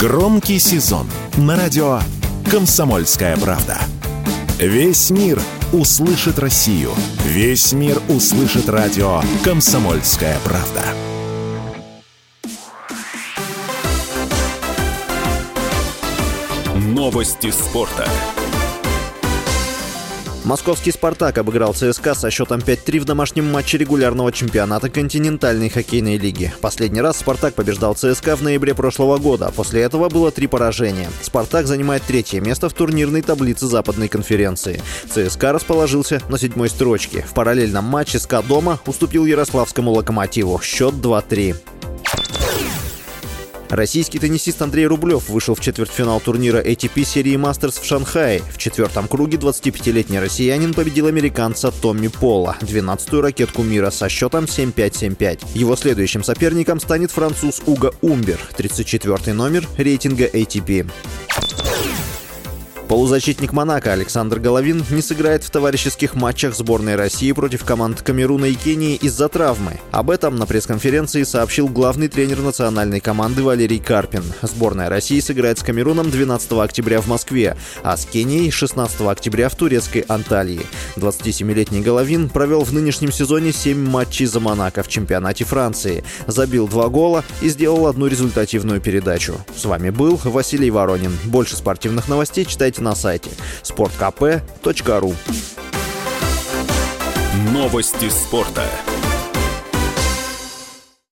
Громкий сезон на радио «Комсомольская правда». Весь мир услышит Россию. Весь мир услышит радио «Комсомольская правда». Новости спорта. Московский «Спартак» обыграл ЦСКА со счетом 5-3 в домашнем матче регулярного чемпионата континентальной хоккейной лиги. Последний раз «Спартак» побеждал ЦСКА в ноябре прошлого года. После этого было 3 поражения. «Спартак» занимает 3-е место в турнирной таблице Западной конференции. ЦСКА расположился на 7-й строчке. В параллельном матче СКА дома уступил ярославскому «Локомотиву». Счет 2-3. Российский теннисист Андрей Рублев вышел в четвертьфинал турнира ATP серии Мастерс в Шанхае. В четвертом круге 25-летний россиянин победил американца Томми Пола, 12-ю ракетку мира, со счетом 7-5-7-5. Его следующим соперником станет француз Уго Умбер, 34-й номер рейтинга ATP. Полузащитник «Монако» Александр Головин не сыграет в товарищеских матчах сборной России против команд Камеруна и Кении из-за травмы. Об этом на пресс-конференции сообщил главный тренер национальной команды Валерий Карпин. Сборная России сыграет с Камеруном 12 октября в Москве, а с Кенией 16 октября в турецкой Анталии. 27-летний Головин провел в нынешнем сезоне 7 матчей за «Монако» в чемпионате Франции, забил 2 гола и сделал 1 результативную передачу. С вами был Василий Воронин. Больше спортивных новостей читайте на сайте sportkp.ru. Новости спорта.